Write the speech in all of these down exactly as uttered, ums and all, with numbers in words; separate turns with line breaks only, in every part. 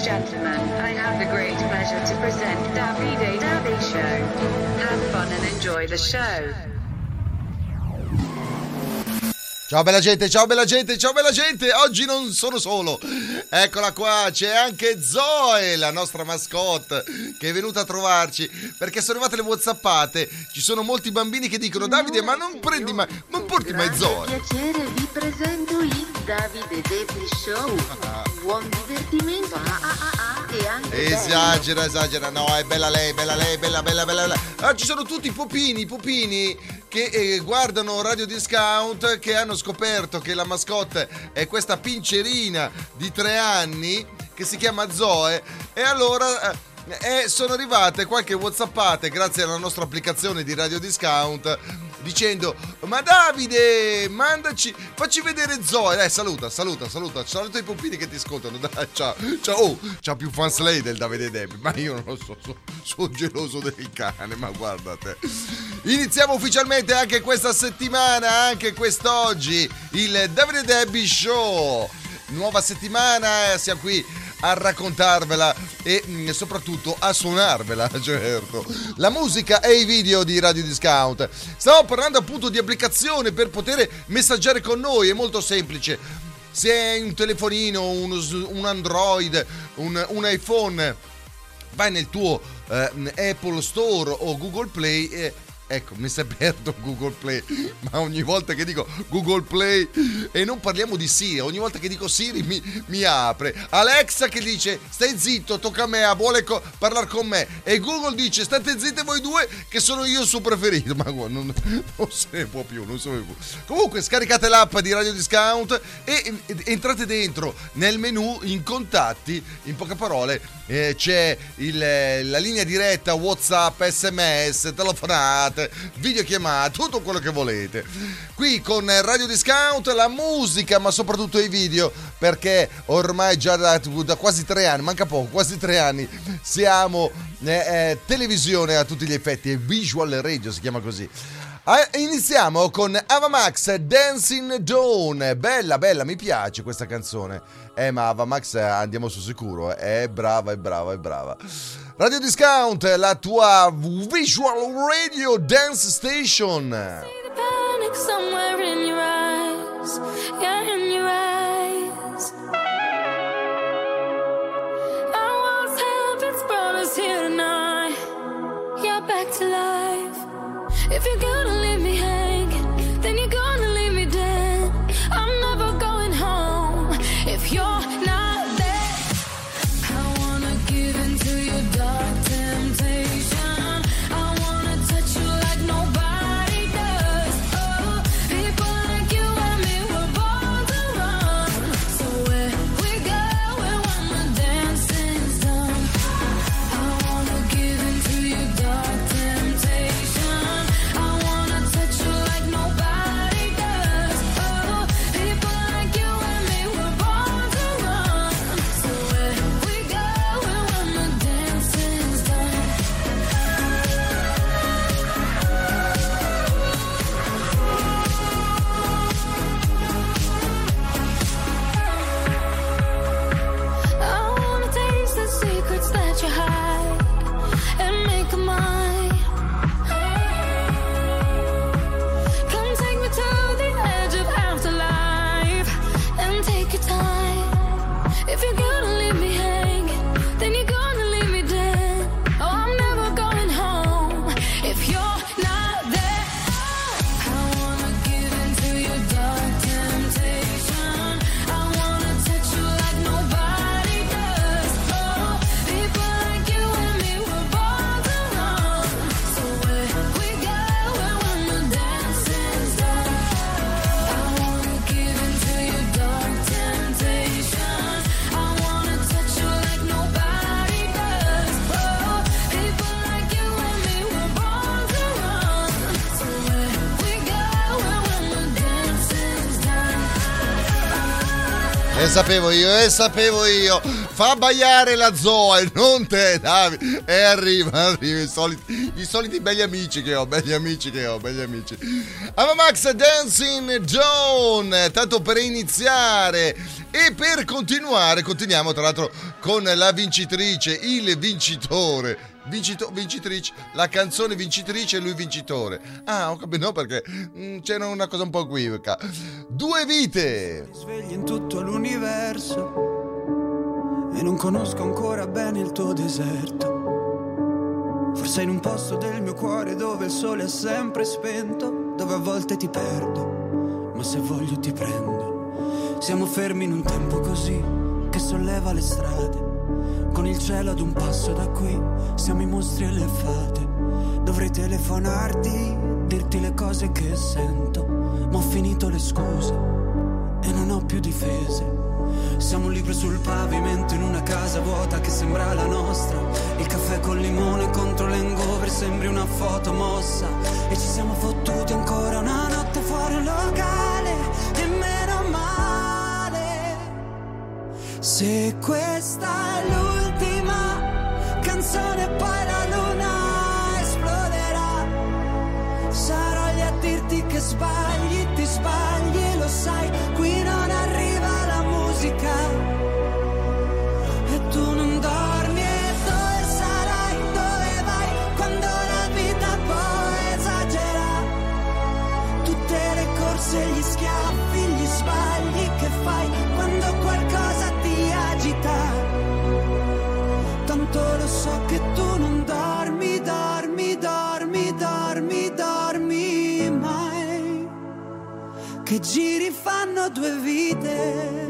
gentlemen, I have the great pleasure to present Davide Dabby Show. Have fun and enjoy the show.
Ciao bella gente, ciao bella gente, ciao bella gente, oggi non sono solo, eccola qua, c'è anche Zoe, la nostra mascotte, che è venuta a trovarci, perché sono arrivate le whatsappate, ci sono molti bambini che dicono Davide ma non prendi mai, non porti mai Zoe.
Per piacere vi presento il Davide Dabby Show, buon divertimento, ah, ah, ah, ah, e anche
Esagera,
bello.
esagera, no, è bella lei, bella lei, bella, bella, bella, bella. Ah, ci sono tutti i popini, popini che eh, guardano Radio Discount, che hanno scoperto che la mascotte è questa pincerina di tre anni che si chiama Zoe, e allora eh, sono arrivate qualche whatsappate grazie alla nostra applicazione di Radio Discount dicendo ma Davide mandaci, facci vedere Zoe, dai saluta, saluta, saluta, saluta i popini che ti ascoltano, dai, ciao, ciao, oh, c'ha più fans lei del Davide Dabby, ma io non lo so, so sono geloso del cane, ma guarda te. Iniziamo ufficialmente anche questa settimana, anche quest'oggi, il Davide Dabby Show, nuova settimana, siamo qui a raccontarvela e mh, soprattutto a suonarvela, certo. La musica e i video di Radio Discount. Stavo parlando appunto di applicazione per poter messaggiare con noi, è molto semplice. Se hai un telefonino, un, un Android, un, un iPhone, vai nel tuo eh, Apple Store o Google Play e ecco, mi si è aperto Google Play, ma ogni volta che dico Google Play, e non parliamo di Siri, ogni volta che dico Siri mi, mi apre Alexa che dice stai zitto, tocca a me, vuole co- parlare con me, e Google dice state zitte voi due che sono io il suo preferito, ma non, non se ne può più, non se ne può. Comunque scaricate l'app di Radio Discount e, e entrate dentro nel menu in contatti, in poche parole eh, c'è il, la linea diretta, WhatsApp, sms, telefonate, videochiamate, tutto quello che volete. Qui con Radio Discount la musica, ma soprattutto i video, perché ormai già da, da quasi tre anni, manca poco, quasi tre anni, siamo eh, eh, televisione a tutti gli effetti, visual radio si chiama così. Ah, iniziamo con Ava Max, Dancing Dawn. Bella, bella, mi piace questa canzone. Eh, ma Ava Max andiamo sul sicuro, è brava, è brava, è brava. Radio Discount, la tua visual radio dance station.
See the panic somewhere in your eyes, yeah, in your eyes. Our walls habits brought us here tonight, yeah, back to life. If you're gonna leave me hanging, then you're gonna leave me dead. I'm never going home if you're not there. I wanna give into your dark temptation. I wanna touch you like nobody does. Oh, people like you and me were born to run. So where we go when the dancing's done. I wanna give into your dark temptation. That you hide and make them mine. Come take me to the edge of afterlife and take your time. If you're gonna leave me hanging, then you're gonna leave me dead. Oh, I'm never going home if you're not there. I wanna give into your dark temptation. I wanna touch you like nobody does. Oh, people like you and me were born to run. So where we go when the dancing's done. I wanna give into your dark temptation. I wanna touch you like nobody does. Oh, people like you and me were born to run. So where we go when the dancing's done.
E sapevo io, e sapevo io. Fa abbaiare la Zoe, non te, Davide. E arriva, arriva i soliti, i soliti belli amici che ho, belli amici che ho, belli amici. Ava Max, Dancing Dawn. Tanto per iniziare E per continuare, continuiamo tra l'altro con la vincitrice, il vincitore. Vincito, vincitrice, la canzone vincitrice e lui vincitore. Ah, ho capito, no, perché mh, c'era una cosa un po' equivoca. Due vite.
Svegli in tutto l'universo e non conosco ancora bene il tuo deserto. Forse in un posto del mio cuore dove il sole è sempre spento, dove a volte ti perdo, ma se voglio ti prendo. Siamo fermi in un tempo così che solleva le strade. Con il cielo ad un passo da qui, siamo i mostri e le fate. Dovrei telefonarti, dirti le cose che sento, ma ho finito le scuse e non ho più difese. Siamo un libro sul pavimento in una casa vuota che sembra la nostra. Il caffè col limone contro l'hangover sembri una foto mossa. E ci siamo fottuti ancora una notte fuori un locale, e meno male. Se questa è l'ultima canzone poi la luna esploderà, sarò lì a dirti che sbagli, ti sbagli, lo sai, qui non arriva la musica e tu non dormi. E dove sarai, dove vai, quando la vita poi esagera, tutte le corse, gli schiaffi, gli sbagli che fai quando qualcosa ti agita. Tanto lo so che tu non dormi, dormi, dormi, dormi, dormi mai, che giri fanno due vite.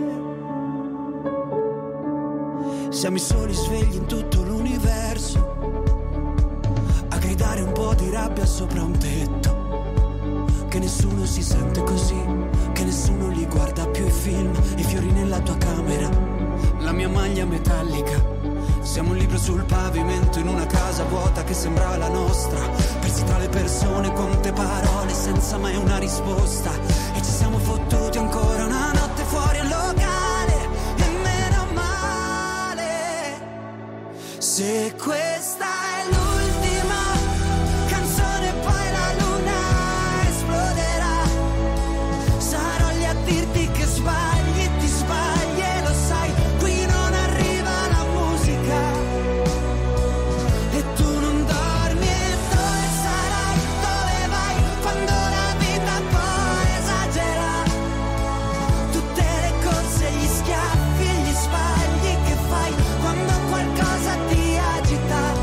Siamo i soli svegli in tutto l'universo, a gridare un po' di rabbia sopra un tetto. Che nessuno si sente così, che nessuno li guarda più i film, i fiori nella tua camera, la mia maglia metallica. Siamo un libro sul pavimento in una casa vuota che sembra la nostra, persi tra le persone, quante parole senza mai una risposta. E ci siamo fottuti ancora una notte fuori al locale, e meno male. Se questa è l'ultima canzone poi la luna esploderà, sarò lì a dirti che sbagli, ti sbagli e lo sai, qui non arriva la musica e tu non dormi. E dove sarai, dove vai, quando la vita poi esagera, tutte le corse, gli schiaffi e gli sbagli che fai quando qualcosa ti agita.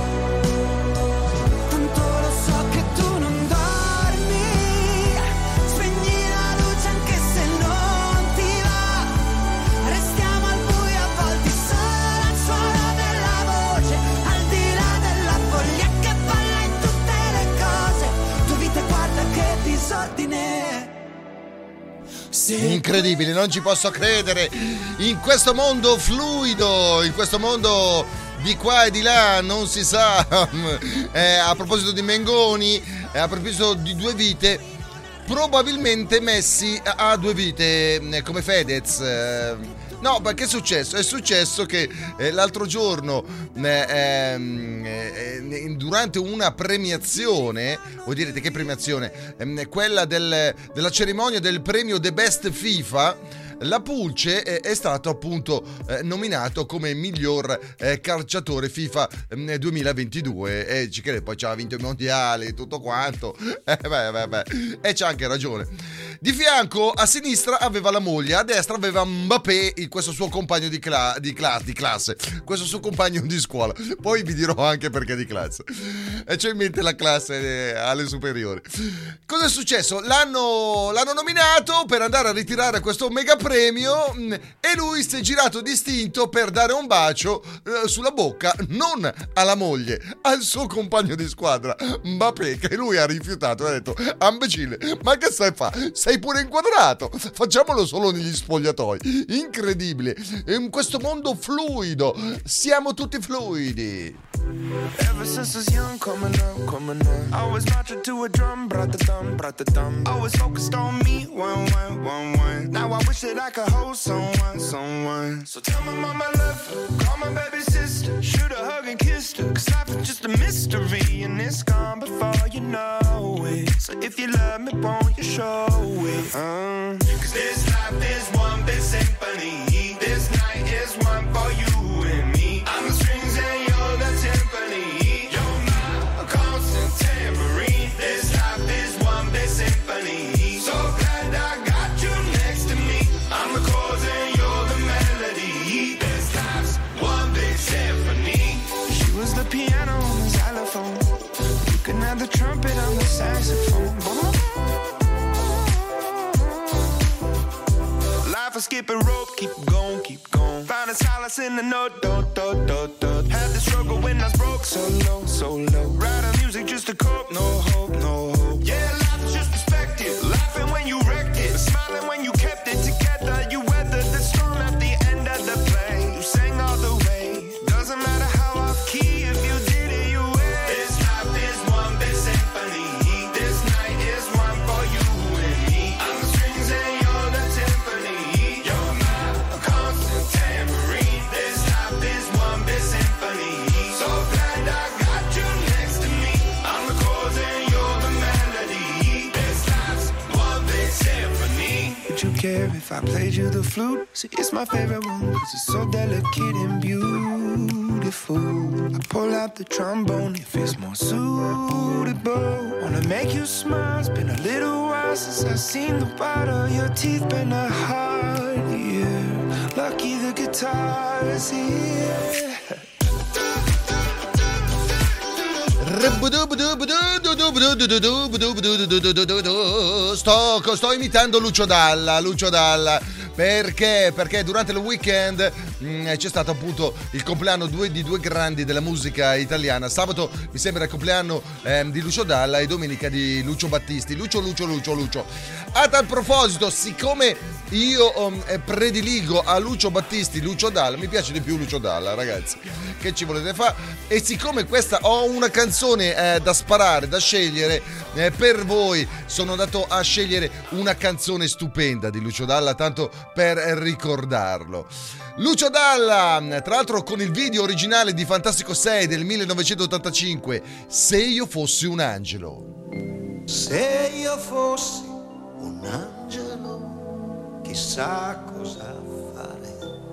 Tanto lo so che tu non dormi, spegni la luce anche se non ti va, restiamo al buio a volte solo al suono della voce, al di là della foglia che balla in tutte le cose. Tua vita guarda che disordine. Se
Incredibile, non ci posso credere. In questo mondo fluido, in questo mondo di qua e di là, non si sa. Eh, a proposito di Mengoni, eh, a proposito di due vite, probabilmente Messi ha due vite eh, come Fedez. eh. No, perché è successo? È successo che eh, l'altro giorno eh, ehm, eh, durante una premiazione, voi direte che premiazione? Eh, quella del, della cerimonia del premio The Best FIFA, la Pulce è, è stato appunto eh, nominato come miglior eh, calciatore FIFA eh, duemilaventidue, e ci crede, poi c'ha vinto i mondiali e tutto quanto, eh, beh, beh, beh. E c'ha anche ragione. Di fianco a sinistra aveva la moglie, a destra aveva Mbappé, questo suo compagno di, cla- di, cla- di classe, questo suo compagno di scuola. Poi vi dirò anche perché di classe. E c'ho in mente la classe alle superiori. Cosa è successo? L'hanno, l'hanno nominato per andare a ritirare questo mega premio e lui si è girato distinto per dare un bacio eh, sulla bocca, non alla moglie, al suo compagno di squadra Mbappé, che lui ha rifiutato e ha detto: imbecille, ma che stai a fare? Sei pure inquadrato, facciamolo solo negli spogliatoi. Incredibile, in questo mondo fluido siamo tutti fluidi.
Ever since I was young, coming up, coming up, I was marching to a drum, brought the thumb, brought the thumb. Always focused on me, one, one, one, one. Now I wish that I could hold someone, someone. So tell my mama I love her, call my baby sister, shoot a hug and kiss her, cause life is just a mystery and it's gone before you know it. So if you love me, won't you show it? Uh, Cause this life is one big symphony. This night is one for you and me. I'm the strings and you're the timpani. You're my constant tambourine. This life is one big symphony. So glad I got you next to me. I'm the chords and you're the melody. This life's one big symphony. She was the piano on the xylophone. You can have the trumpet on the saxophone. Life is skipping rope, keep going, keep going. Finding solace in the note, do, do, do, do. Had the struggle when I was broke, so low, so low. Writing music just to cope, no hope, no hope. Yeah, life's just perspective. Laughing when you wrecked it, but smiling when you kept it together. You weathered the storm at the end of the play. You sang all the way. Doesn't matter how off key, if you did it, you win. This life is one big symphony. This night is one for you and me. I'm the strings and you're the timpani. You're my constant tambourine. This life is one big symphony. So glad I got you next to me. I'm the chords and you're the melody. This life's one big symphony. Would you care if I played you the flute? See, it's my favorite one, cause it's so delicate and beautiful. I pull out the trombone if it's more suitable. Wanna make you smile, it's been a little while since I've seen the white of your teeth. Been a hard year, lucky the guitar is here.
Sto, sto imitando Lucio Dalla, Lucio Dalla. Perché? Perché durante il weekend mh, c'è stato appunto il compleanno due, di due grandi della musica italiana. Sabato mi sembra il compleanno eh, di Lucio Dalla e domenica di Lucio Battisti. Lucio, Lucio, Lucio, Lucio. A tal proposito, siccome io um, prediligo a Lucio Battisti Lucio Dalla, mi piace di più Lucio Dalla, ragazzi. Che ci volete fare? E siccome questa ho una canzone eh, da sparare, da scegliere eh, per voi, sono andato a scegliere una canzone stupenda di Lucio Dalla, tanto per ricordarlo. Lucio Dalla, tra l'altro con il video originale di Fantastico sei del millenovecentottantacinque, Se io fossi un angelo.
Se io fossi un angelo, chissà cosa fare.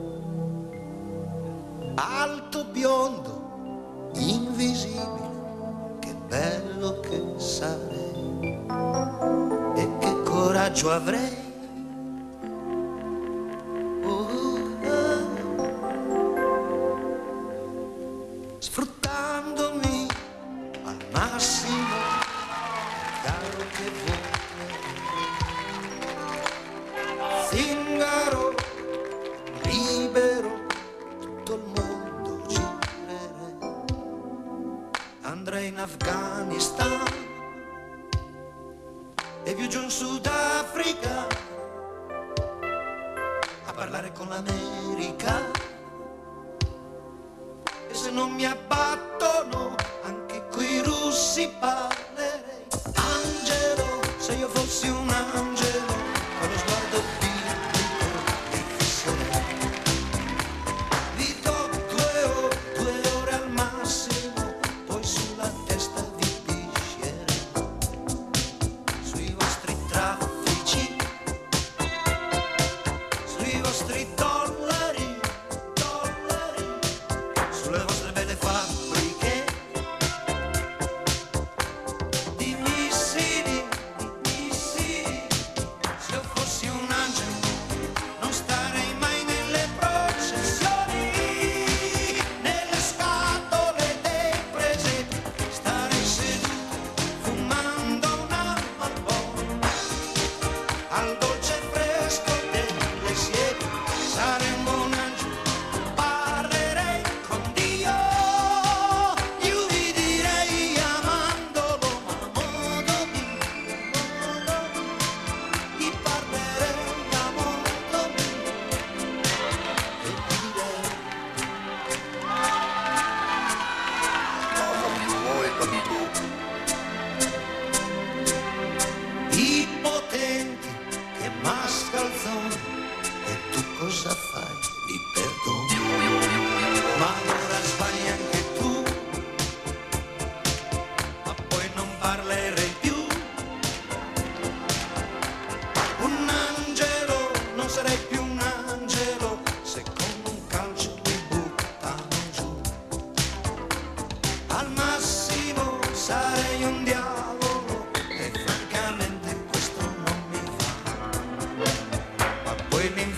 Alto, biondo, invisibile, che bello che sarei. E che coraggio avrei. Sfruttandomi al massimo, caro che vuoi. Zingaro, libero, tutto il mondo girerei. Andrei in Afghanistan e più giù in Sudafrica a parlare con l'America. E se non mi abbattono, anche coi russi parlerei. Angelo, se io fossi un angelo, con lo sguardo biblico ti fisserei. Vi do due ore, due ore al massimo, poi sulla testa vi piscerei. Sui vostri traffici, sui vostri dollari, dollari, sulle vostre belle fabbriche di missili, di missili.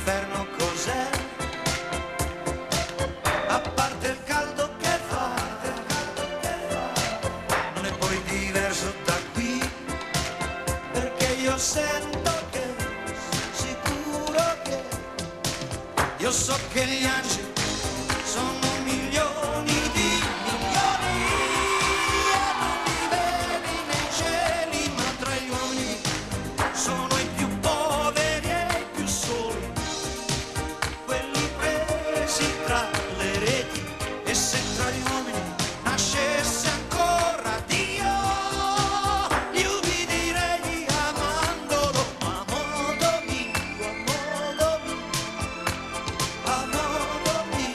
l'inferno cos'è? A parte il caldo che fa, non è poi diverso da qui, perché io sento che, sicuro che, io so che gli angeli sono milioni di milioni, e non li vedi nei cieli, ma tra gli uomini sono i più poveri e i più soli, quelli presi tra le reti. E se tra gli uomini nascesse ancora Dio, io vi direi amandolo a modo mio, a modo mio, a modo mio.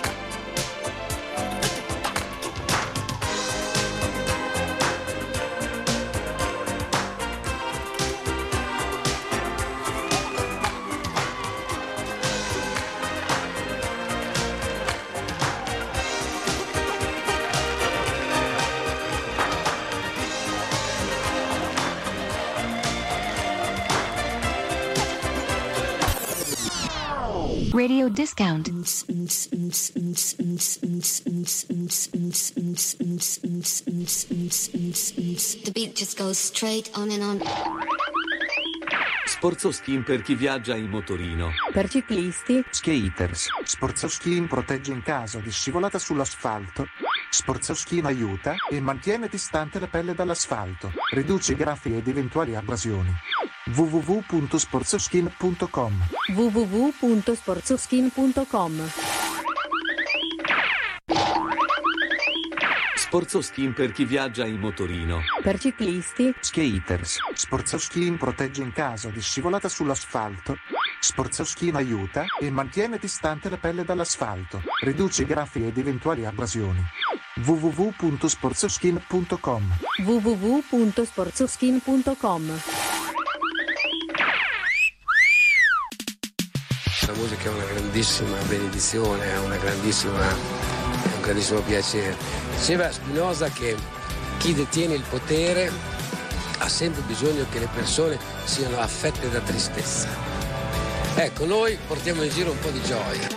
Radio discount.
The beat just goes straight on and on.
Sportsoskin per chi viaggia in motorino.
Per ciclisti.
Skaters. Sportsoskin protegge in caso di scivolata sull'asfalto. Sportsoskin aiuta e mantiene distante la pelle dall'asfalto. Riduce i graffi ed eventuali abrasioni. w w w punto sportsoskin punto com
w w w punto sportsoskin punto com.
Sportsoskin per chi viaggia in motorino.
Per ciclisti.
Skaters. Sportsoskin protegge in caso di scivolata sull'asfalto. Sportsoskin aiuta e mantiene distante la pelle dall'asfalto. Riduce i graffi ed eventuali abrasioni. w w w punto sportsoskin punto com
w w w punto sportsoskin punto com.
La musica è una grandissima benedizione, è una grandissima, è un grandissimo piacere. Diceva Spinoza che chi detiene il potere ha sempre bisogno che le persone siano affette da tristezza. Ecco, noi portiamo in giro un po' di gioia.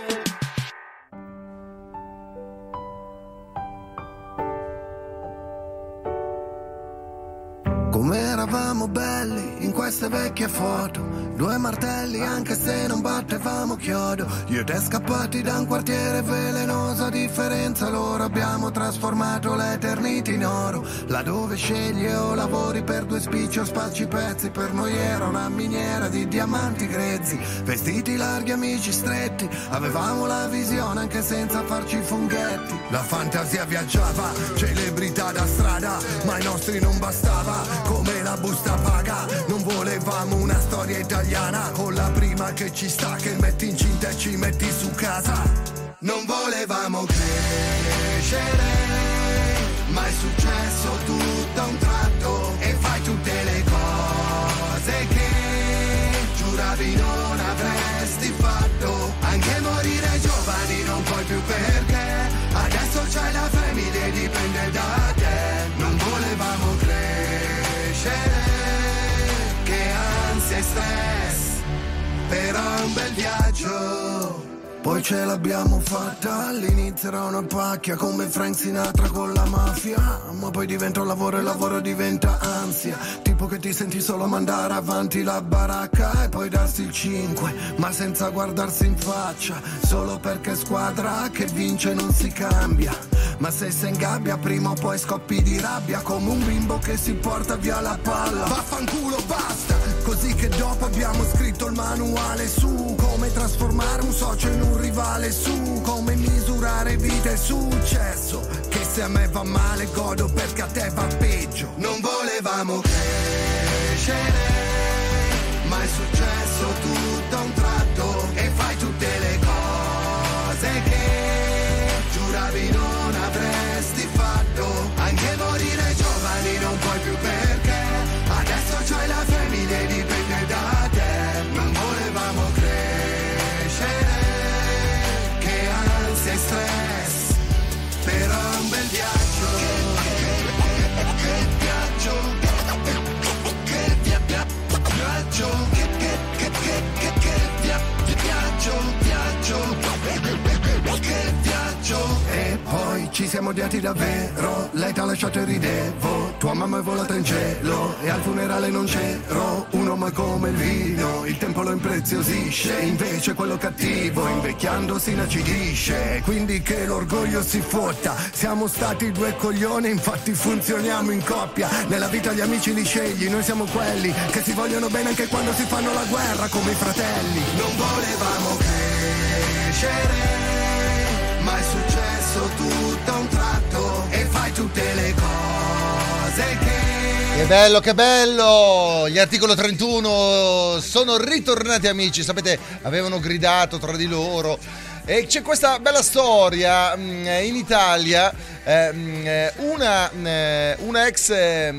Come eravamo belli in queste vecchie foto, due martelli anche se non battevamo chiodo. Io e te scappati da un quartiere velenoso, a differenza loro abbiamo trasformato l'eternità in oro. Laddove scegli o lavori per due spicci o spacci pezzi, per noi era una miniera di diamanti grezzi. Vestiti larghi, amici stretti, avevamo la visione anche senza farci funghetti. La fantasia viaggiava, celebrità da strada, ma ai nostri non bastava. Come la busta paga, non volevamo una storia italiana con la prima che ci sta, che metti incinta e ci metti su casa. Non volevamo crescere, ma è successo tutto a un tratto. E fai tutte le cose che giuravi non avresti fatto. Anche morire giovani non puoi più, perché adesso c'hai la famiglia e dipende da te. Non volevamo crescere, che ansia e stress, però è un bel viaggio. Poi ce l'abbiamo fatta, all'inizio era una pacchia come Frank Sinatra con la mafia, ma poi diventa un lavoro e il lavoro diventa ansia. Tipo che ti senti solo mandare avanti la baracca e poi darsi il cinque, ma senza guardarsi in faccia, solo perché squadra che vince non si cambia. Ma se sei in gabbia prima o poi scoppi di rabbia, come un bimbo che si porta via la palla. Vaffanculo, basta! Così che dopo abbiamo scritto il manuale su come trasformare un socio in un rivale, su come misurare vita e successo. Che se a me va male godo perché a te va peggio. Non volevamo crescere, ma è successo tutto a un tratto. E fai tutte le cose che giuravi non avresti fatto. Anche morire giovani non puoi più, perché adesso c'hai la famiglia e dipende da te. Non volevamo crescere, che ansia e stress, però è un bel viaggio. Che viaggio, che via- via- viaggio, che che che che che ci siamo odiati davvero. Lei t'ha lasciato e ridevo, tua mamma è volata in cielo e al funerale non c'ero. Un uomo è come il vino, il tempo lo impreziosisce, invece quello cattivo invecchiando si inacidisce. Quindi che l'orgoglio si fotta, siamo stati due coglioni, infatti funzioniamo in coppia. Nella vita gli amici li scegli, noi siamo quelli che si vogliono bene anche quando si fanno la guerra come i fratelli. Non volevamo crescere, ma è successo tutto a un tratto e fai tutte le cose che...
Che bello, che bello! Gli Articolo trentuno sono ritornati, amici. Sapete, avevano gridato tra di loro. E c'è questa bella storia in Italia. Una, una ex...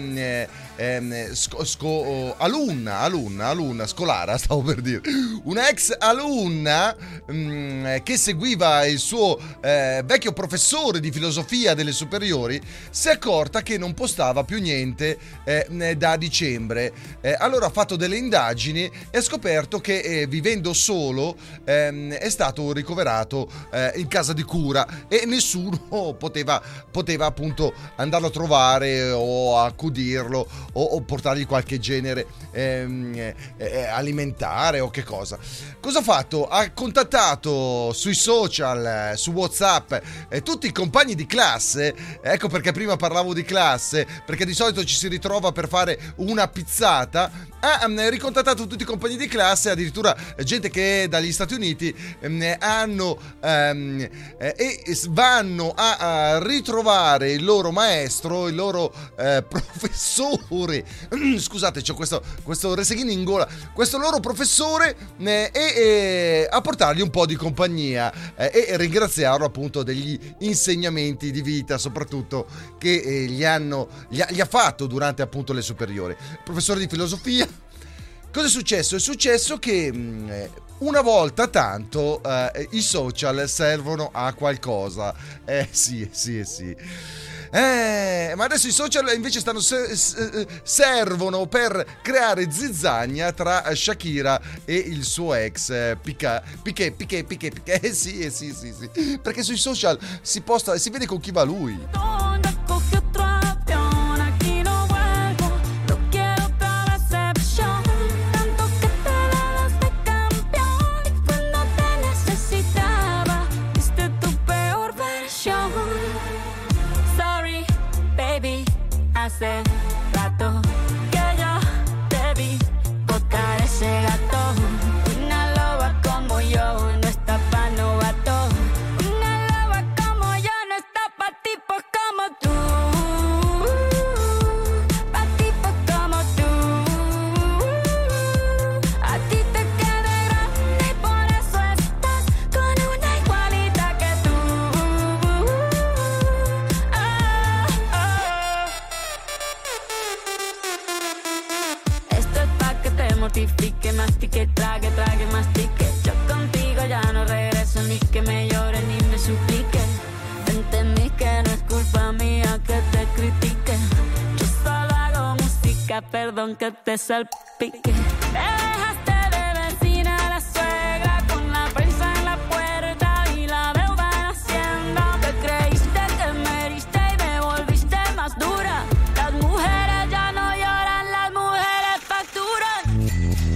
Eh, sco, sco, alunna, alunna, alunna, scolara, stavo per dire, una ex alunna mh, che seguiva il suo eh, vecchio professore di filosofia delle superiori, si è accorta che non postava più niente eh, da dicembre. Eh, allora ha fatto delle indagini e ha scoperto che eh, vivendo solo eh, è stato ricoverato eh, in casa di cura e nessuno poteva, poteva appunto andarlo a trovare o accudirlo o, o portargli qualche genere ehm, eh, alimentare o che cosa. Cosa ha fatto? Ha contattato sui social, su WhatsApp, eh, tutti i compagni di classe. Ecco perché prima parlavo di classe, perché di solito ci si ritrova per fare una pizzata. Ha um, ricontattato tutti i compagni di classe, addirittura gente che dagli Stati Uniti um, hanno um, eh, e vanno a, a ritrovare il loro maestro, il loro eh, professore. Scusate, c'ho questo, questo reseghino in gola. Questo loro professore eh, e, e a portargli un po' di compagnia eh, e ringraziarlo appunto degli insegnamenti di vita, soprattutto che eh, gli hanno gli ha, gli ha fatto durante appunto le superiori. Professore di filosofia. Cosa è successo? È successo che mh, una volta tanto eh, i social servono a qualcosa. Eh sì, sì, sì. Eh, ma adesso i social invece stanno se- se- servono per creare zizzagna tra Shakira e il suo ex eh, Piqué, Piqué, Piqué, Piqué, Piqué. Eh sì, eh sì, sì, sì. Perché sui social si posta e si vede con chi va lui.
Hace rato que yo te vi botar ese gato. Una loba como yo no está pa' novato. Una loba como yo no está pa' tipos como tú. Pa' tipos como tú. A ti te queda grande y por eso estás con una igualita que tú. Ah, ah. Mortifique, mastique, trague, trague, mastique. Yo contigo ya no regreso, ni que me llore ni me suplique. Entendí que no es culpa mía que te critique. Yo solo hago música, perdón que te salpique. Te dejaste de vecina a la suegra con la prensa en la puerta y la deuda en Hacienda. Te creíste que me heriste y me volviste más dura. Las mujeres ya no lloran, las mujeres facturan.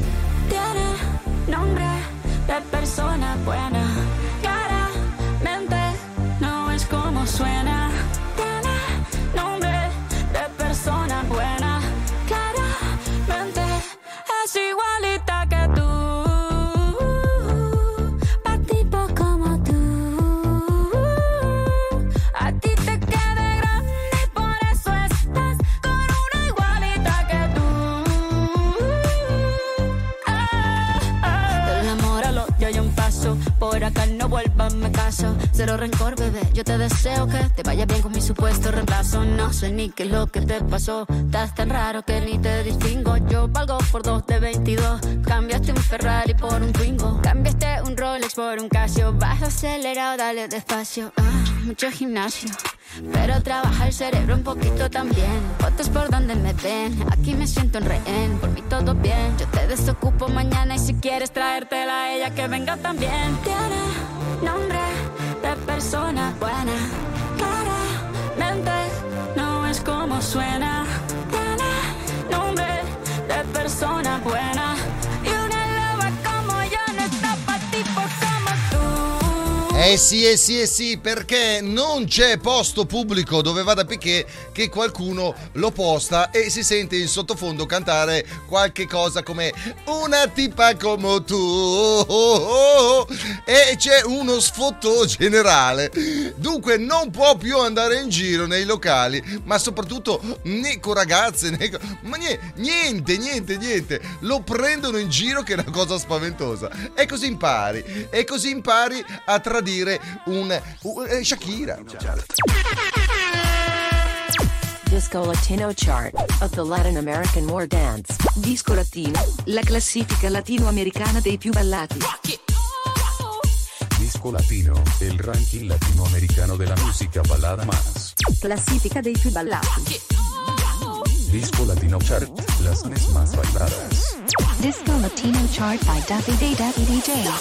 Nombre de persona buena, claramente no es como suena. Tiene nombre de persona buena, claramente es igualita que tú. Pa' tipo como tú. A ti te queda grande y por eso estás con una igualita que tú. Del amor al odio hay un paso, por acá no vuelvas, me caso. Cero rencor, bebé, yo te deseo que te vaya bien con mi supuesto reemplazo. No sé ni qué es lo que te pasó, estás tan raro que ni te distingo. Yo valgo por dos de veintidós, cambiaste un Ferrari por un Twingo. Cambiaste un Rolex por un Casio, vas acelerado, dale despacio. Ah, mucho gimnasio, pero trabaja el cerebro un poquito también. Fotos por donde me ven, aquí me siento en rehén. Por mí todo bien, yo te desocupo mañana y si quieres traértela a ella que venga también. Tiene nombre de persona buena, cara suena, tiene nombre de persona buena. Y una loba como yo no está pa' tipos como tú.
Eh sì, eh sì, eh sì, perché non c'è posto pubblico dove vada Piqué che qualcuno lo posta e si sente in sottofondo cantare qualche cosa come una tipa come tu e c'è uno sfottò generale. Dunque non può più andare in giro nei locali, ma soprattutto né con ragazze, né con... ma niente, niente, niente. Lo prendono in giro, che è una cosa spaventosa. E così impari, e così impari a tradire un, un eh, Shakira.
Disco Latino Chart of the Latin American War Dance. Disco Latino, la classifica latinoamericana dei più ballati.
Disco Latino, el ranking latinoamericano de la música balada más.
Classifica dei più ballati.
Disco Latino Chart, las mes más bailadas.
Disco Latino Chart by Davide Davide D J.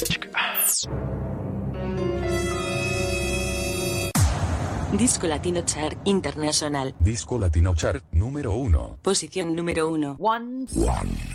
Disco Latino Chart International.
Disco Latino Chart número uno.
Posición número uno.
One. One.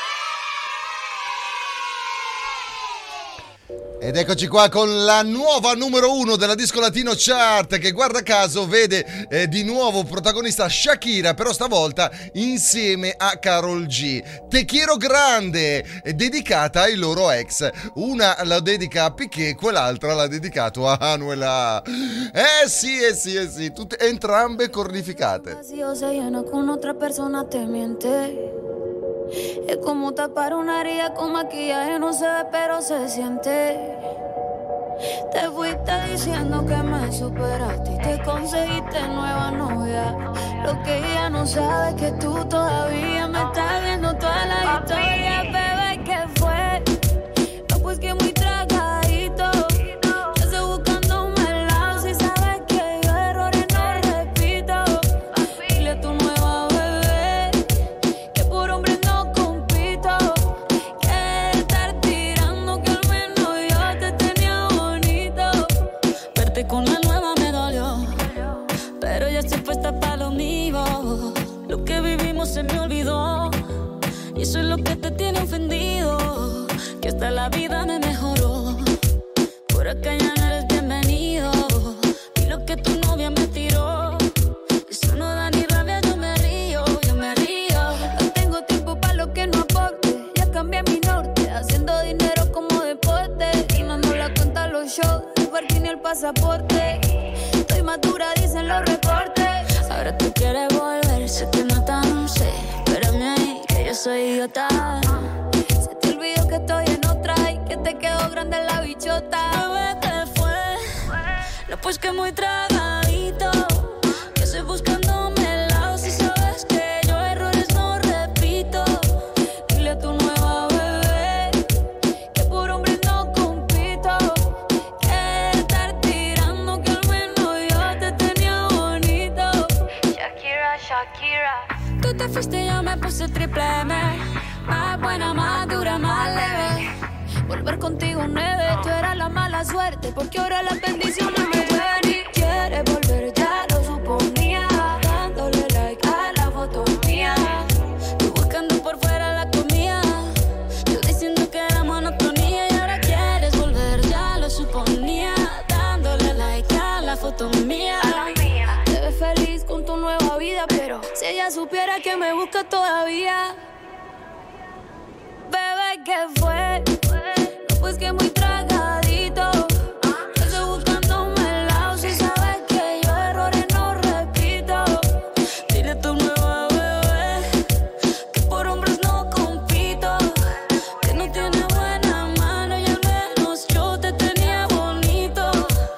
Ed eccoci qua con la nuova numero uno della Disco Latino Chart, che guarda caso vede eh, di nuovo protagonista Shakira, però stavolta insieme a Karol G. Te quiero grande, dedicata ai loro ex. Una la dedica a Piqué, quell'altra l'ha dedicato a Anuela. Eh sì, eh sì, eh sì, tutte, entrambe cornificate.
Vacío se llena con otra persona, te miente. Es como tapar una herida con maquillaje, no se ve pero se siente. Te fuiste diciendo que me superaste y te conseguiste nueva novia. Lo que ella no sabe es que tú todavía me estás viendo toda la historia. Bebé, ¿qué fue? No, pues que muy tragadito. Yo estoy buscándome el lado. Si sabes que yo errores no repito. Dile a tu nueva bebé que por hombre no compito. Que estar tirando que al menos yo te tenía bonito. Verte con la nueva me dolió, pero ya estoy puesta para lo mío. Lo que vivimos se me olvidó y eso es lo que te tiene ofendido. Que hasta la vida me mejoró. Por acá ya no eres bienvenido. Y lo que tu novia me tiró, eso no da ni rabia, yo me río, yo me río. No tengo tiempo para lo que no aporte. Ya cambié mi norte, haciendo dinero como deporte. Y no nos la cuenta los shows, el parking y el pasaporte. Estoy madura, dicen los reportes. Ahora tú quieres volver, sé que no tan sé. Espérame ahí, que yo soy idiota. Se te olvidó que estoy en otra y que te quedó grande la bichota. Bebé, ¿qué fue? No, pues que muy tragadito. Que estoy buscándome el lado. Si sabes que yo errores no repito. Dile a tu nueva bebé que por hombre no compito. Que estar tirando que al menos yo te tenía bonito. Shakira, Shakira. Tú te fuiste y yo me puse triple M. Más buena, más dura, más leve. Volver contigo nueve. Tú eras la mala suerte, porque ahora las bendiciones me ven. Y quieres volver, ya lo suponía. Dándole like a la foto mía. Tú buscando por fuera la comida. Yo diciendo que era monotonía. Y ahora quieres volver, ya lo suponía. Dándole like a la foto mía. Te ves feliz con tu nueva vida, pero si ella supiera que me busca todavía. Bebé, ¿qué fue? No, pues que muy tragadito. Yo estoy buscándome el lado. Si sabes que yo errores no repito. Dile a tu nueva bebé que por hombres no compito. Que no tiene buena mano y al menos yo te tenía bonito.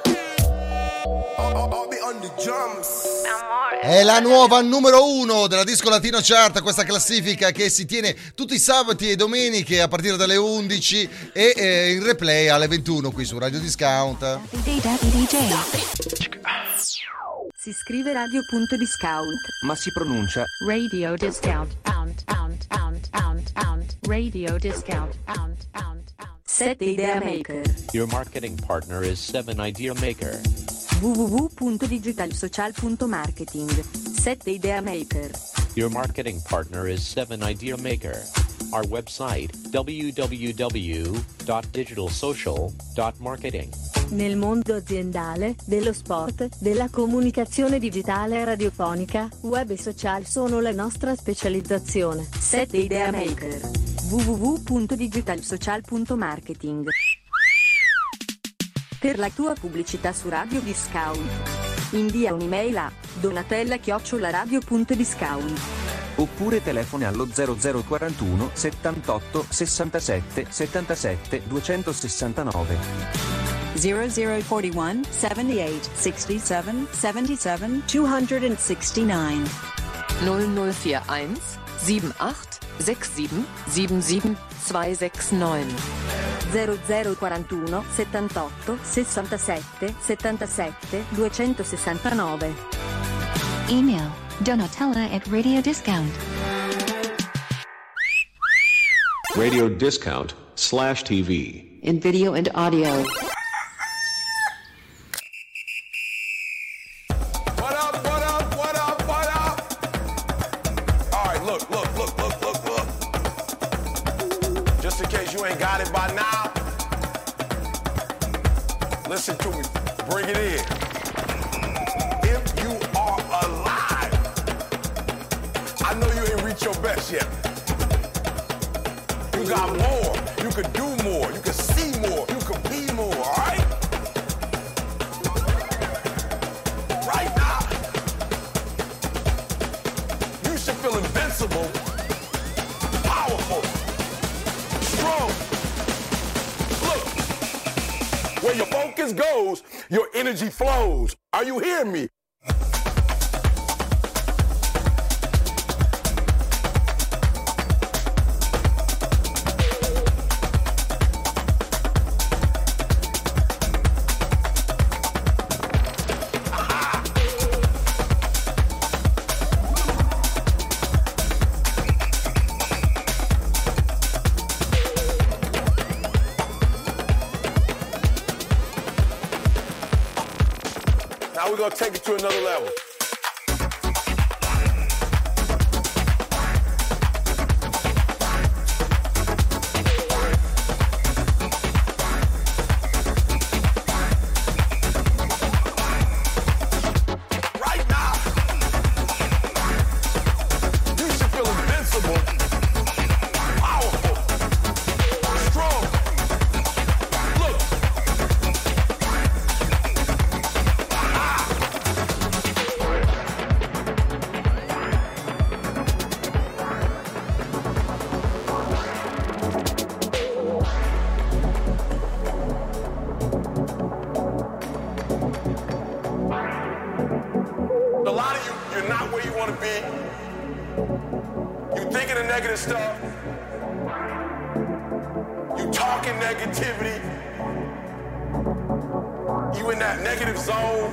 È la nuova numero uno della Disco Latino Chart, questa classifica che si tiene tutti i sabati e domeniche a partire dalle undici e eh, in replay alle ventuno qui su Radio Discount.
Si scrive radio.discount,
ma si pronuncia
Radio Discount. Pound, pound, pound, pound, pound. Radio Discount. Pound, pound, pound. Sette Idea Maker.
Your marketing partner is seven Idea Maker.
w w w punto digitalsocial punto marketing.
sette Idea Maker.
Your marketing partner is seven Idea Maker. Our website w w w dot digital social dot marketing.
Nel mondo aziendale, dello sport, della comunicazione digitale e radiofonica, web e social sono la nostra specializzazione.
sette Idea Maker. w w w punto digital social punto marketing. Per la tua pubblicità su Radio Discount, invia un'email a donatella chiocciola radio punto discount.
Oppure telefoni allo zero zero quarantuno settantotto sessantasette settantasette duecentosessantanove.
zero zero quarantuno settantotto sessantasette settantasette duecentosessantanove. null null vierundzwanzig siebenundachtzig sessantasette siebentasette duecentosessantanove.
zero zero quarantuno settantotto sessantasette settantasette duecentosessantanove.
Email Donatella at Radio Discount.
Radio Discount slash T V.
In video and audio.
What up, what up, what up, what up? All right, look, look, look, look, look, look. Just in case you ain't got it by now, listen to me. Bring it in. If you are alive, I know you ain't reached your best yet. You got more. You could do more. You could see more. You could be more, all right? Right now, you should feel invincible, powerful, strong. Look, where your focus goes, your energy flows. Are you hearing me? Now we're gonna take it to another level. Right now, you should feel invincible, powerful, strong. Look. A lot of you, you're not where you want to be. You thinking of negative stuff. You talking negativity. You in that negative zone.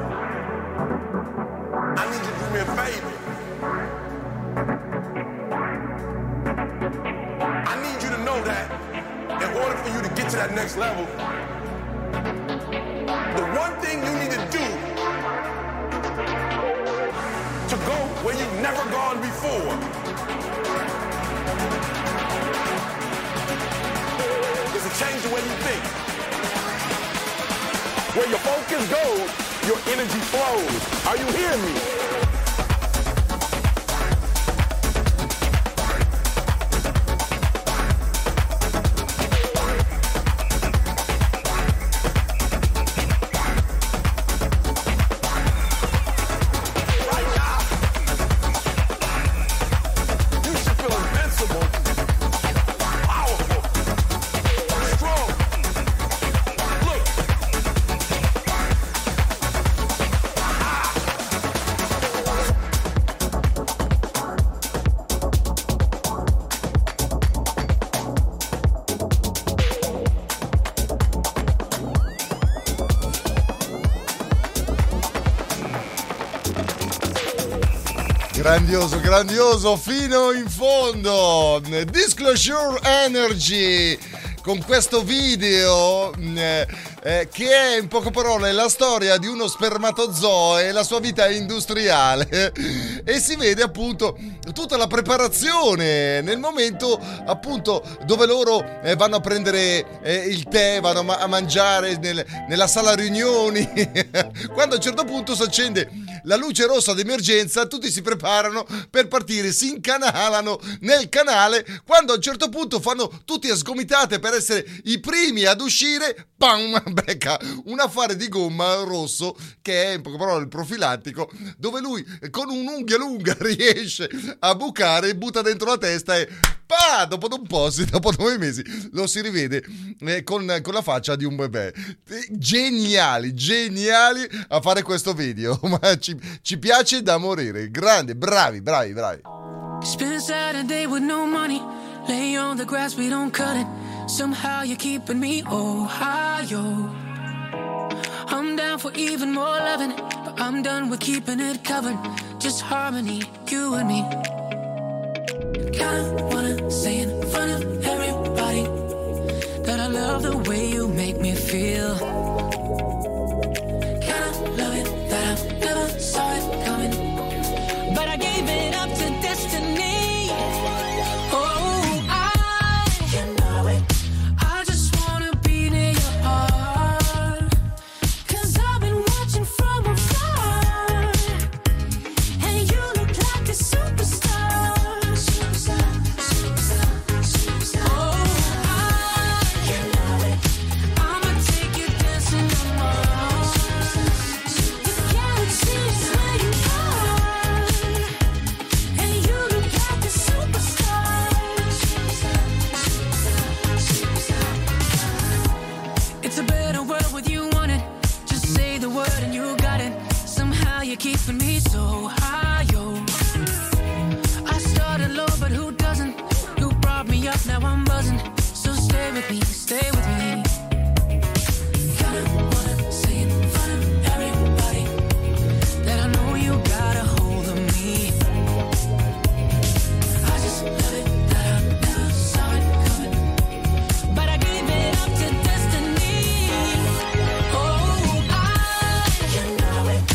I need you to do me a favor. I need you to know that in order for you to get to that next level, the one thing you need to do to go where you've never gone before is to change the way you think. Where your focus goes, your energy flows. Are you hearing me?
Grandioso, grandioso, fino in fondo. Disclosure Energy con questo video eh, eh, che è in poche parole la storia di uno spermatozoo e la sua vita industriale, e si vede appunto tutta la preparazione nel momento appunto dove loro eh, vanno a prendere eh, il tè, vanno a, ma- a mangiare nel, nella sala riunioni quando a un certo punto si accende la luce rossa d'emergenza, tutti si preparano per partire, si incanalano nel canale, quando a un certo punto fanno tutti a sgomitate per essere i primi ad uscire, pam, becca un affare di gomma rosso che è in poche parole il profilattico, dove lui con un'unghia lunga riesce a bucare e butta dentro la testa e pa, dopo un po', dopo nove mesi lo si rivede eh, con, con la faccia di un bebè. Geniali, geniali a fare questo video, ma ci, ci piace da morire. Grande, bravi, bravi, bravi.
Spend Saturday with no money, lay on the grass, we don't cut it. Somehow you're keeping me Ohio. I'm down for even more loving, but I'm done with keeping it covered. Just harmony, you and me. Kinda wanna say in front of everybody that I love the way you make me feel. Kinda love it that I never saw it coming, but I gave it up to destiny. Oh, I, you know it, I just wanna be near your heart, 'cause I've been watching from afar, and you look like a superstar. Keeping me so high, yo. I started low, but who doesn't? You brought me up, now I'm buzzing. So stay with me, stay with me. Kinda wanna say in front of everybody that I know you got a hold of me. I just love it that I never saw it coming, but I gave it up to destiny. Oh, I, you know it,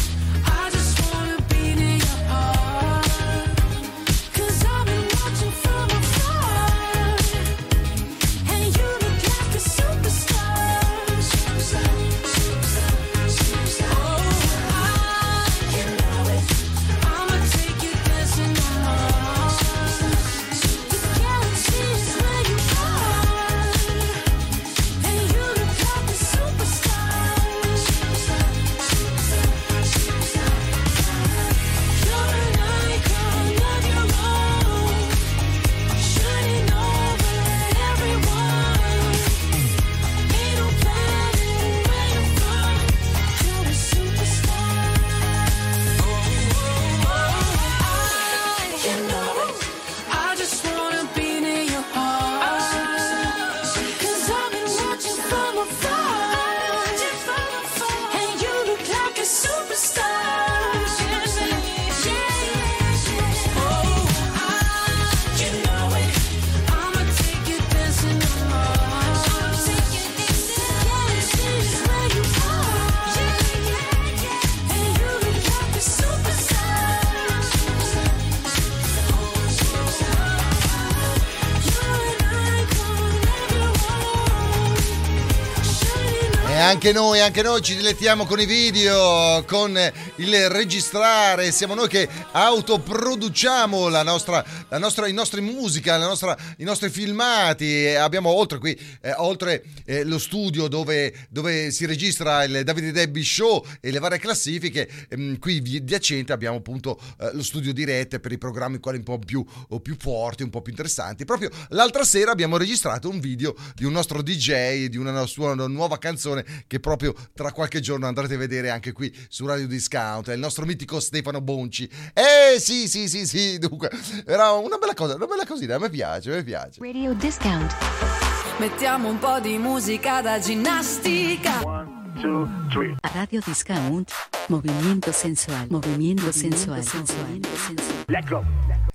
Anche noi, anche noi ci dilettiamo con i video, con il registrare. Siamo noi che autoproduciamo la nostra, la nostra, i nostri musica, la nostra, i nostri filmati. Abbiamo oltre qui, eh, oltre eh, lo studio dove, dove si registra il Davide Debbie Show e le varie classifiche, ehm, qui adiacente abbiamo appunto eh, lo studio dirette per i programmi quelli un po' più, o più forti, un po' più interessanti. Proprio l'altra sera abbiamo registrato un video di un nostro D J, di una sua nuova canzone che proprio tra qualche giorno andrete a vedere anche qui su Radio Discount. È il nostro mitico Stefano Bonci. Eh sì sì sì sì, dunque era una bella cosa, una bella cosina, a me piace, a me piace.
Radio Discount.
Mettiamo un po' di musica da ginnastica. One, two,
three. Radio Discount. Movimiento sensual. Movimiento sensual. Sensual.
Let's go.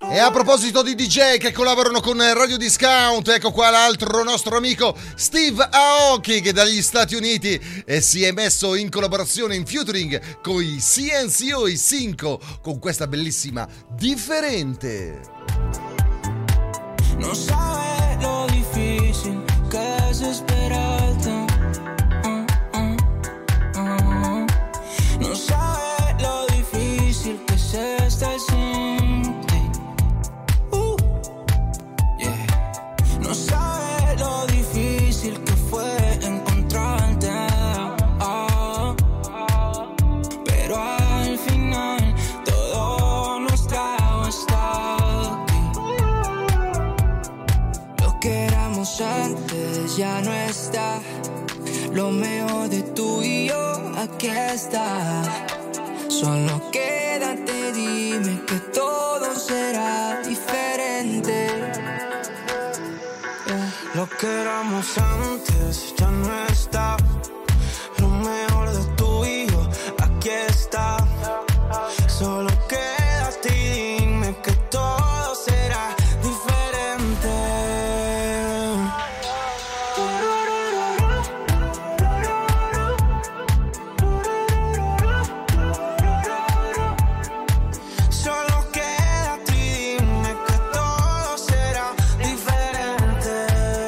E a proposito di D J che collaborano con Radio Discount, ecco qua l'altro nostro amico Steve Aoki, che dagli Stati Uniti eh, si è messo in collaborazione, in featuring con i C N C O i cinque, con questa bellissima Differente.
No sabes lo difícil que es esperarte. Mm, mm, mm. No sabes lo difícil que es estar sin ti. Uh, yeah. No sabes lo difícil que fue encontrarte. Oh, pero al final todo nos trajo hasta aquí. Lo que éramos antes ya no está. Lo mejor de tú y yo aquí está. Solo quédate, dime que todo será diferente. Lo que éramos antes ya no está. Lo mejor de tú y yo aquí está. Solo quédate y dime que todo será diferente. Solo quédate y dime que todo será diferente.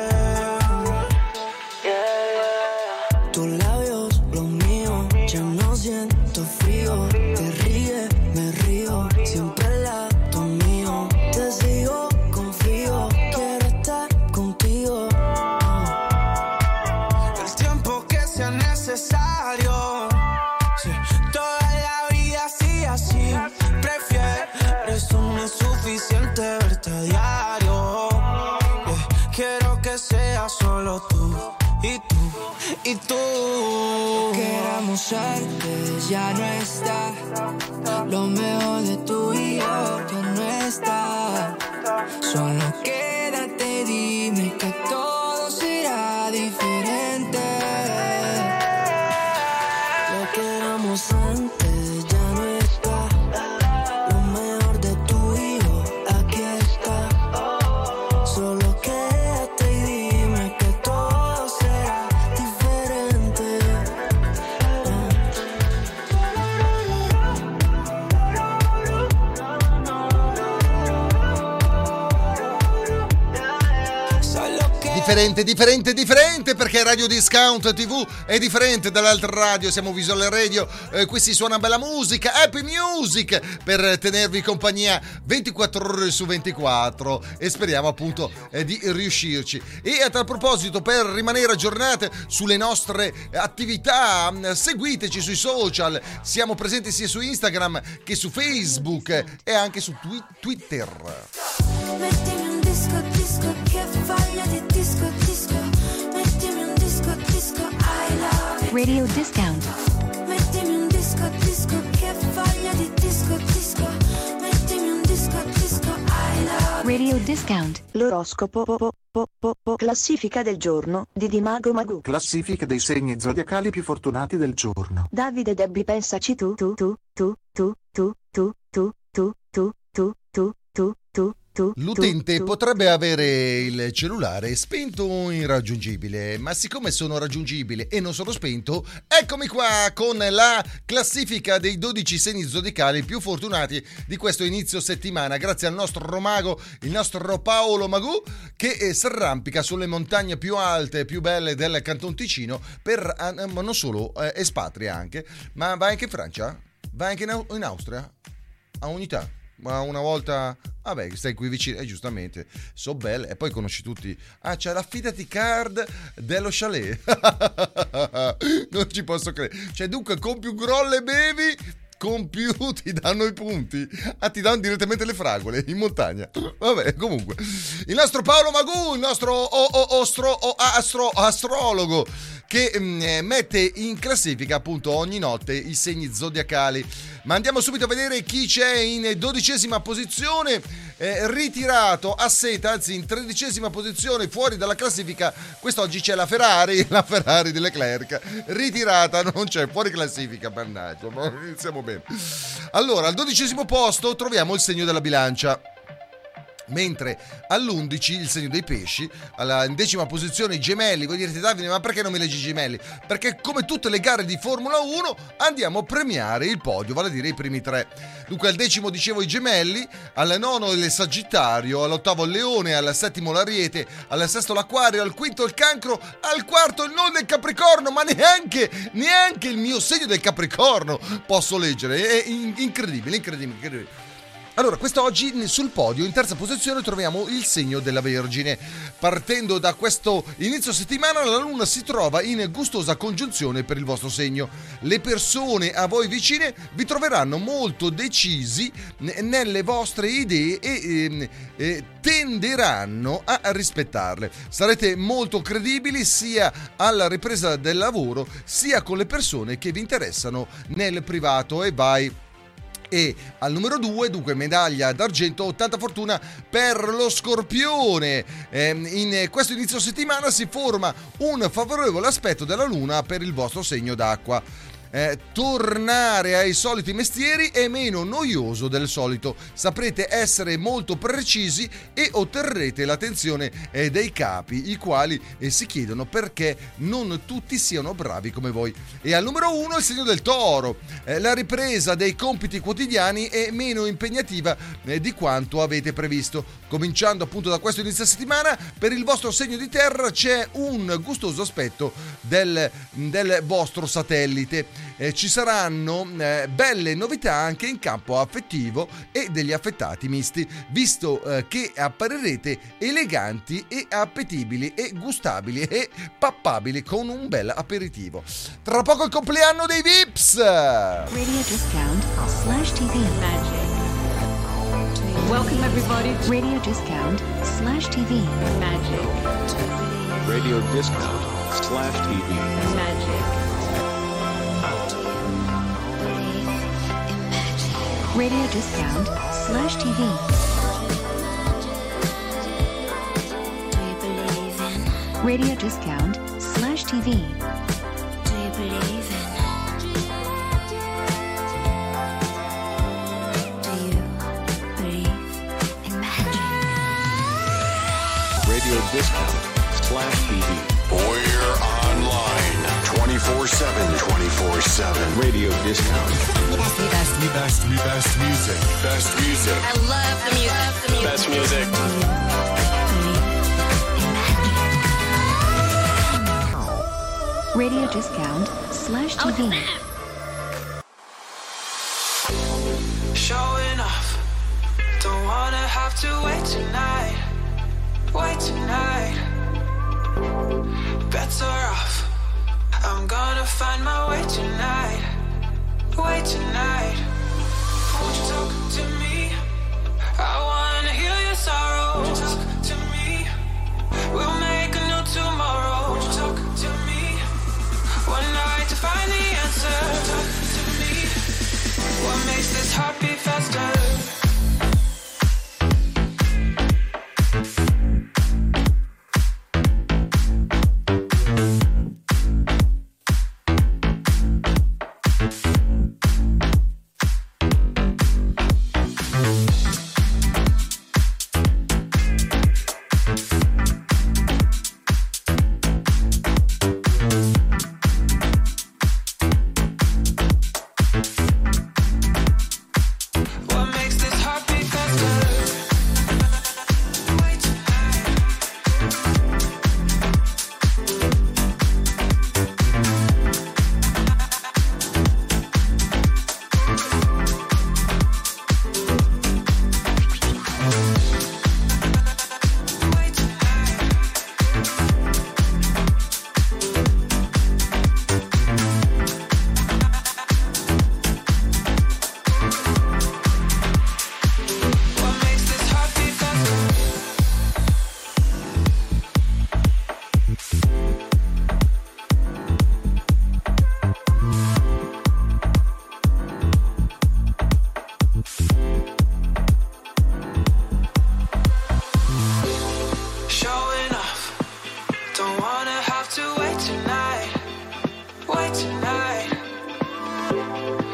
Tus labios, los míos, ya no siento frío. Te ríes, me río, siempre al lado mío. Te sigo, confío, quiero estar contigo. El tiempo que sea necesario. Sí, toda la vida así, así. Prefieres, no es suficiente verte a diario. Yeah, quiero que sea solo tú y tú y tú. Lo que éramos antes ya no está. Lo mejor de tú y yo ya no está. Solo quédate, dime que todo será diferente. Lo que éramos antes ya no está. Lo mejor de tú y yo aquí está. Solo quédate y dime que todo será diferente. Solo che
Differente, differente, differente, perché Radio Discount T V è differente dall'altra radio, siamo Visual Radio, eh, qui si suona bella musica, happy music, per tenervi compagnia ventiquattro ore su ventiquattro, e speriamo appunto eh, di riuscirci. E a tal proposito, per rimanere aggiornate sulle nostre attività, seguiteci sui social, siamo presenti sia su Instagram che su Facebook e anche su twi- Twitter.
Mettimi un disco, disco, che voglia di disco, disco. Mettimi un disco, disco, I love it.
Radio Discount.
Mettimi un disco, disco, che voglia di disco, disco. Mettimi un disco, disco, I love it.
Radio Discount.
L'oroscopo po, po, po, po, po, classifica del giorno di Dimago Magù.
Classifica dei segni zodiacali più fortunati del giorno.
Davide Debbie, pensaci tu tu tu tu tu tu tu tu tu tu tu tu tu tu tu.
L'utente potrebbe avere il cellulare spento o irraggiungibile, ma siccome sono raggiungibile e non sono spento, eccomi qua con la classifica dei dodici segni zodicali più fortunati di questo inizio settimana, grazie al nostro romago, il nostro Paolo Magù, che si arrampica sulle montagne più alte e più belle del Canton Ticino, per eh, non solo eh, espatria anche, ma va anche in Francia, va anche in, Au- in Austria, a unità. Ma una volta, vabbè, stai qui vicino, e eh, giustamente, so belle, e poi conosci tutti. Ah, c'è la Fidati Card dello chalet. Non ci posso credere. Cioè, dunque, con più grolle bevi, con più ti danno i punti. Ah, ti danno direttamente le fragole in montagna. Vabbè, comunque, il nostro Paolo Magù, il nostro o, o, ostro, o, astro, astrologo, che mh, mette in classifica appunto ogni notte i segni zodiacali. Ma andiamo subito a vedere chi c'è in dodicesima posizione, eh, ritirato a seta, anzi in tredicesima posizione, fuori dalla classifica. Quest'oggi c'è la Ferrari, la Ferrari di Leclerc, ritirata, non c'è, fuori classifica, mannaggia, ma iniziamo bene. Allora, al dodicesimo posto troviamo il segno della bilancia. Mentre all'undici il segno dei pesci, alla in decima posizione i gemelli. Voi direte: Davide, ma perché non mi leggi i gemelli? Perché come tutte le gare di Formula uno andiamo a premiare il podio, vale a dire i primi tre. Dunque al decimo dicevo i gemelli, al nono il sagittario, all'ottavo il leone, al settimo l'ariete, al sesto l'acquario, al quinto il cancro, al quarto il nodo del capricorno. Ma neanche, neanche il mio segno del capricorno posso leggere, è incredibile, incredibile, incredibile. Allora, quest'oggi sul podio in terza posizione troviamo il segno della Vergine. Partendo da questo inizio settimana, la luna si trova in gustosa congiunzione per il vostro segno. Le persone a voi vicine vi troveranno molto decisi nelle vostre idee e eh, eh, tenderanno a rispettarle. Sarete molto credibili sia alla ripresa del lavoro sia con le persone che vi interessano nel privato. E vai. E al numero due, dunque medaglia d'argento, ottanta fortuna per lo Scorpione. Eh, in questo inizio settimana si forma un favorevole aspetto della luna per il vostro segno d'acqua. Eh, tornare ai soliti mestieri è meno noioso del solito. Saprete essere molto precisi e otterrete l'attenzione eh, dei capi, i quali eh, si chiedono perché non tutti siano bravi come voi. E al numero uno il segno del Toro. Eh, la ripresa dei compiti quotidiani è meno impegnativa eh, di quanto avete previsto. Cominciando appunto da questo inizio settimana, per il vostro segno di terra c'è un gustoso aspetto del, del vostro satellite. Eh, ci saranno eh, belle novità anche in campo affettivo e degli affettati misti, visto eh, che apparirete eleganti e appetibili e gustabili e pappabili con un bel aperitivo. Tra poco il compleanno dei Vips.
Radio discount slash T V magic. Welcome everybody. Radio discount slash T V magic.
Radio discount slash T V
magic. Radio discount slash T V. Radio discount slash T V.
Do you believe in? Do you believe in magic?
Radio discount slash T V.
We're online twenty-four seven, twenty-four seven.
Radio discount.
Me best, me best, me best, me best music. Best music.
I love the music.
Best music.
Radio discount slash T V.
Showing off. Don't wanna have to wait tonight. Wait tonight. Bets are off. I'm gonna find my way tonight. Wait tonight. Won't you talk to me? I wanna heal your sorrow. Won't you talk to me? We'll make a new tomorrow. Won't you talk to me? One night to find the answer. Won't you talk to me? What makes this heart beat faster?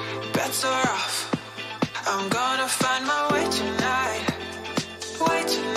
I'm gonna find my way tonight. Way tonight.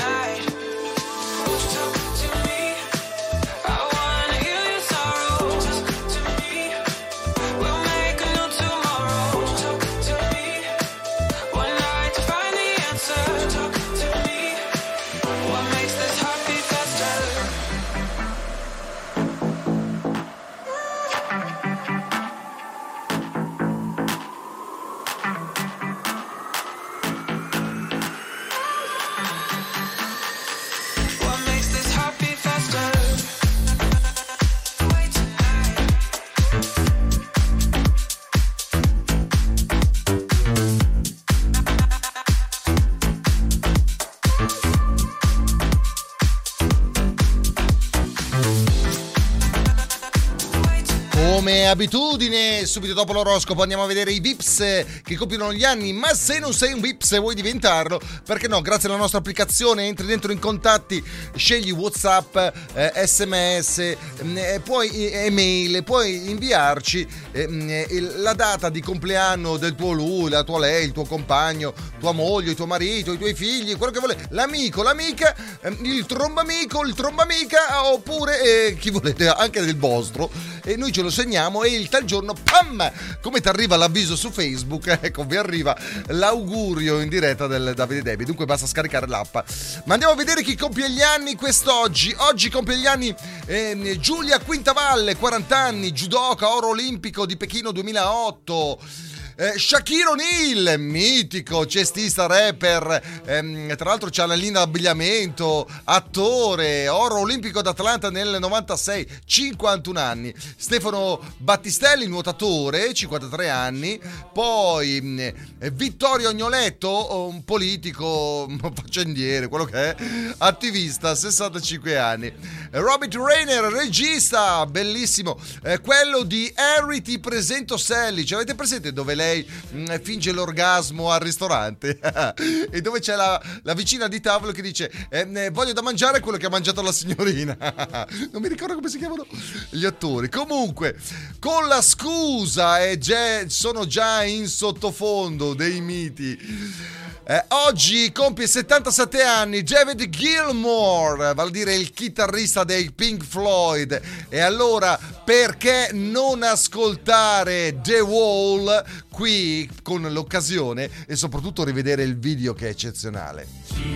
come abitudine, subito dopo l'oroscopo andiamo a vedere i Vips che compiono gli anni, ma se non sei un Vips e vuoi diventarlo, perché no, grazie alla nostra applicazione entri dentro in contatti, scegli WhatsApp, eh, sms, eh, puoi email, puoi inviarci eh, la data di compleanno del tuo lui, la tua lei, il tuo compagno, tua moglie, il tuo marito, i tuoi figli, quello che vuole, l'amico, l'amica, eh, il trombamico, il trombamica, oppure eh, chi volete, anche del vostro, e noi ce lo segniamo e il tal giorno, pam, come ti arriva l'avviso su Facebook, ecco, vi arriva l'augurio in diretta del Davide Debbie, dunque basta scaricare l'app. Ma andiamo a vedere chi compie gli anni quest'oggi. Oggi compie gli anni eh, Giulia Quintavalle, quaranta anni, judoka, oro olimpico di Pechino duemilaotto. Eh, Shaquille O'Neal, mitico, cestista, rapper, ehm, tra l'altro c'ha la linea d'abbigliamento, attore, oro olimpico d'Atlanta nel novantasei, cinquantuno anni. Stefano Battistelli, nuotatore, cinquantatré anni. Poi eh, Vittorio Agnoletto, un politico, faccendiere, quello che è, attivista, sessantacinque anni. Robert Rainer, regista, bellissimo, eh, quello di Harry ti presento Sally. Ci avete presente dove lei lei finge l'orgasmo al ristorante e dove c'è la, la vicina di tavolo che dice eh, voglio da mangiare quello che ha mangiato la signorina. Non mi ricordo come si chiamano gli attori. Comunque, con la scusa e eh, sono già in sottofondo dei miti. Eh, oggi compie settantasette anni David Gilmour, vale a dire il chitarrista dei Pink Floyd. E allora perché non ascoltare The Wall qui con l'occasione e soprattutto rivedere il video che è eccezionale.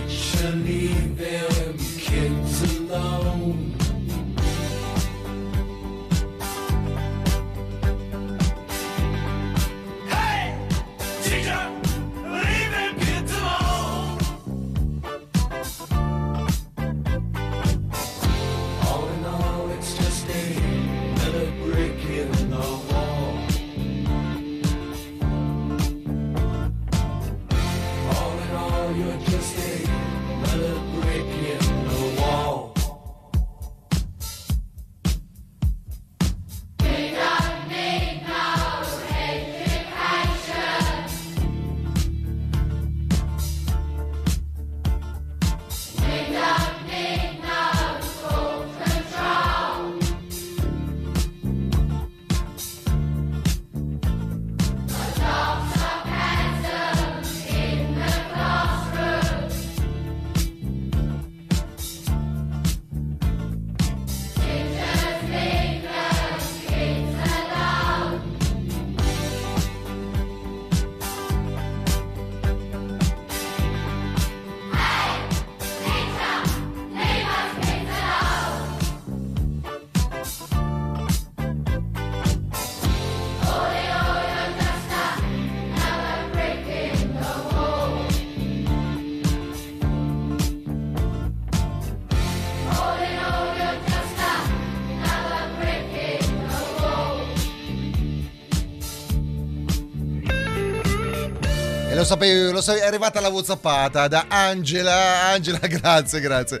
Lo sapevo, lo sapevo, è arrivata la whatsappata da Angela. Angela, grazie, grazie.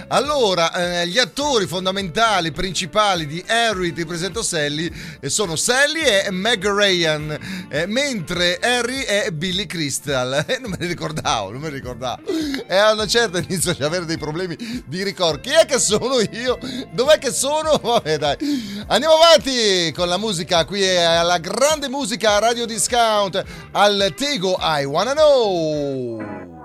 Allora, eh, gli attori fondamentali, principali di Harry ti presento Sally sono Sally e Meg Ryan, eh, mentre Harry è Billy Crystal. Eh, non me ne ricordavo, non me ne ricordavo. E a una certa inizio ad avere dei problemi di ricordo. Chi è che sono io? Dov'è che sono? Vabbè, dai. Andiamo avanti con la musica. Qui è la grande musica Radio Discount al Tego I Wanna Know.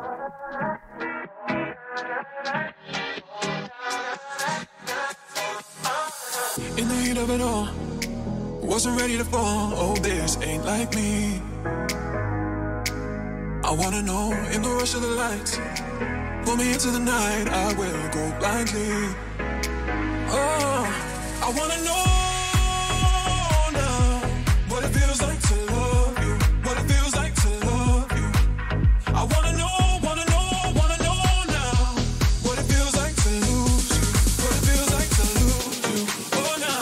In the heat of it all, wasn't ready to fall. Oh, this ain't like me. I wanna know in the rush of the lights. Pull me into the night, I will go blindly. Oh, I wanna know now what it feels like to love you. What it feels like to love you. I wanna know, wanna know, wanna know now what it feels like to lose you. What it feels like to lose you. Oh, now.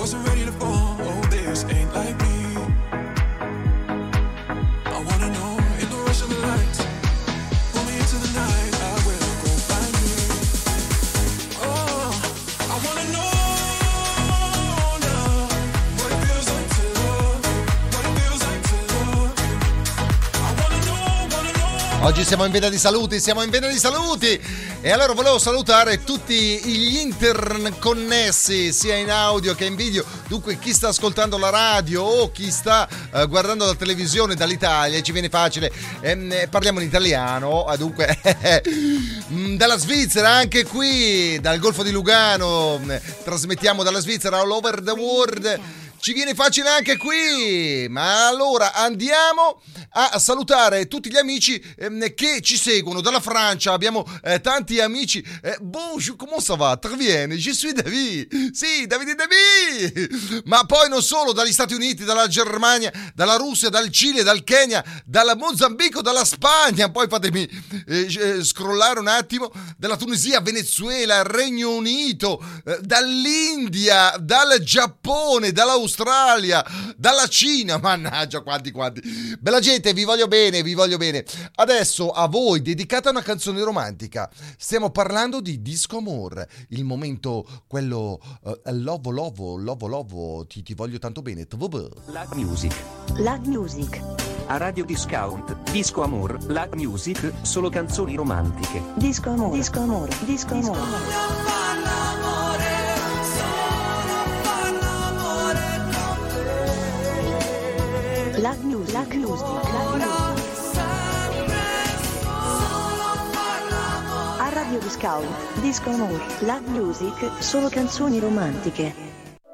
Wasn't ready to fall, oh, this ain't like me. I wanna know, in the rush of the lights, pull me into the night, I will go find me. Oh, I wanna know now what it feels like to love, what it feels like to love. I wanna know, wanna know.
Oggi siamo in vena di saluti, siamo in vena di saluti. E allora volevo salutare tutti gli interconnessi sia in audio che in video, dunque chi sta ascoltando la radio o chi sta uh, guardando la televisione dall'Italia, ci viene facile, ehm, parliamo in italiano, dunque dalla Svizzera, anche qui dal Golfo di Lugano, trasmettiamo dalla Svizzera all over the world. Ci viene facile anche qui, ma allora andiamo a salutare tutti gli amici ehm, che ci seguono dalla Francia. Abbiamo eh, tanti amici. Eh, bonjour, comment ça va? Très bien, je suis David. Sì, Davide David. Ma poi non solo, dagli Stati Uniti, dalla Germania, dalla Russia, dal Cile, dal Kenya, dalla Mozambico, dalla Spagna. Poi fatemi eh, scrollare un attimo. Dalla Tunisia, Venezuela, Regno Unito, eh, dall'India, dal Giappone, dall'Australia, Australia, dalla Cina, mannaggia quanti quanti. Bella gente, vi voglio bene, vi voglio bene. Adesso a voi dedicata una canzone romantica. Stiamo parlando di Disco Amor, il momento quello uh, lovo lovo lovo lovo, ti, ti voglio tanto bene.
La music.
La music.
A Radio Discount, Disco Amor, la music, solo canzoni romantiche.
Disco Amor. Disco Amor. Disco Amor. La music, la music, la music. A Radio Discount, Disco Amor, la music, solo canzoni romantiche.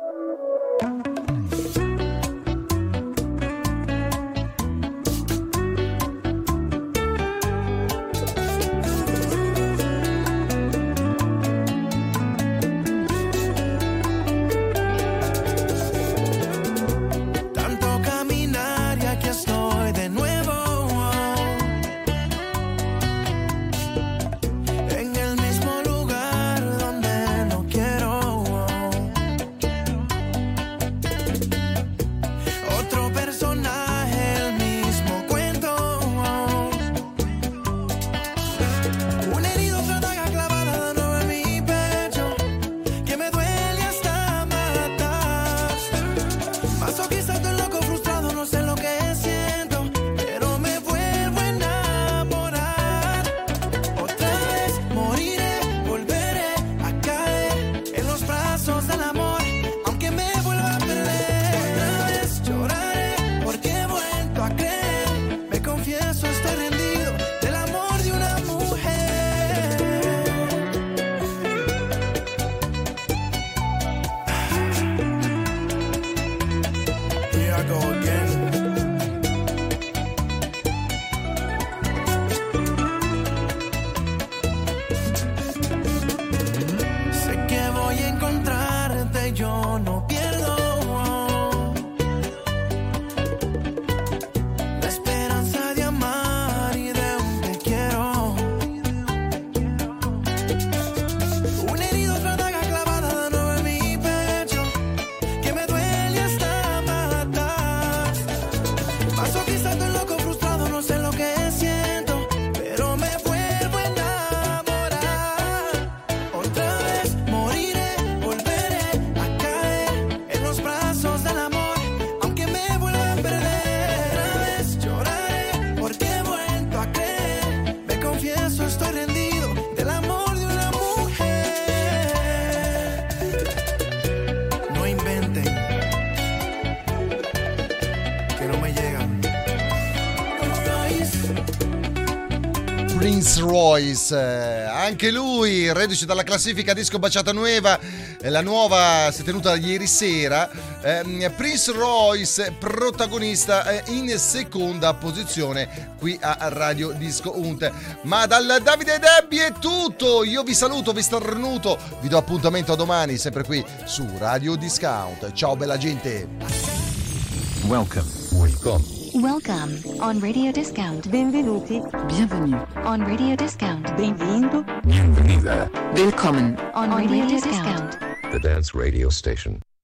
Prince Royce, eh, anche lui reduce dalla classifica disco Baciata Nuova, eh, la nuova si è tenuta ieri sera. eh, Prince Royce protagonista eh, in seconda posizione qui a Radio Disco Unt. Ma dal Davide Debbie è tutto, io vi saluto, vi starnuto, vi do appuntamento a domani sempre qui su Radio Discount. Ciao bella gente.
Welcome. Welcome.
Welcome on Radio Discount.
Benvenuti.
Bienvenue on Radio Discount.
Benvenuto.
Bienvenida.
Willkommen on, on Radio, Radio Discount.
The Dance Radio Station.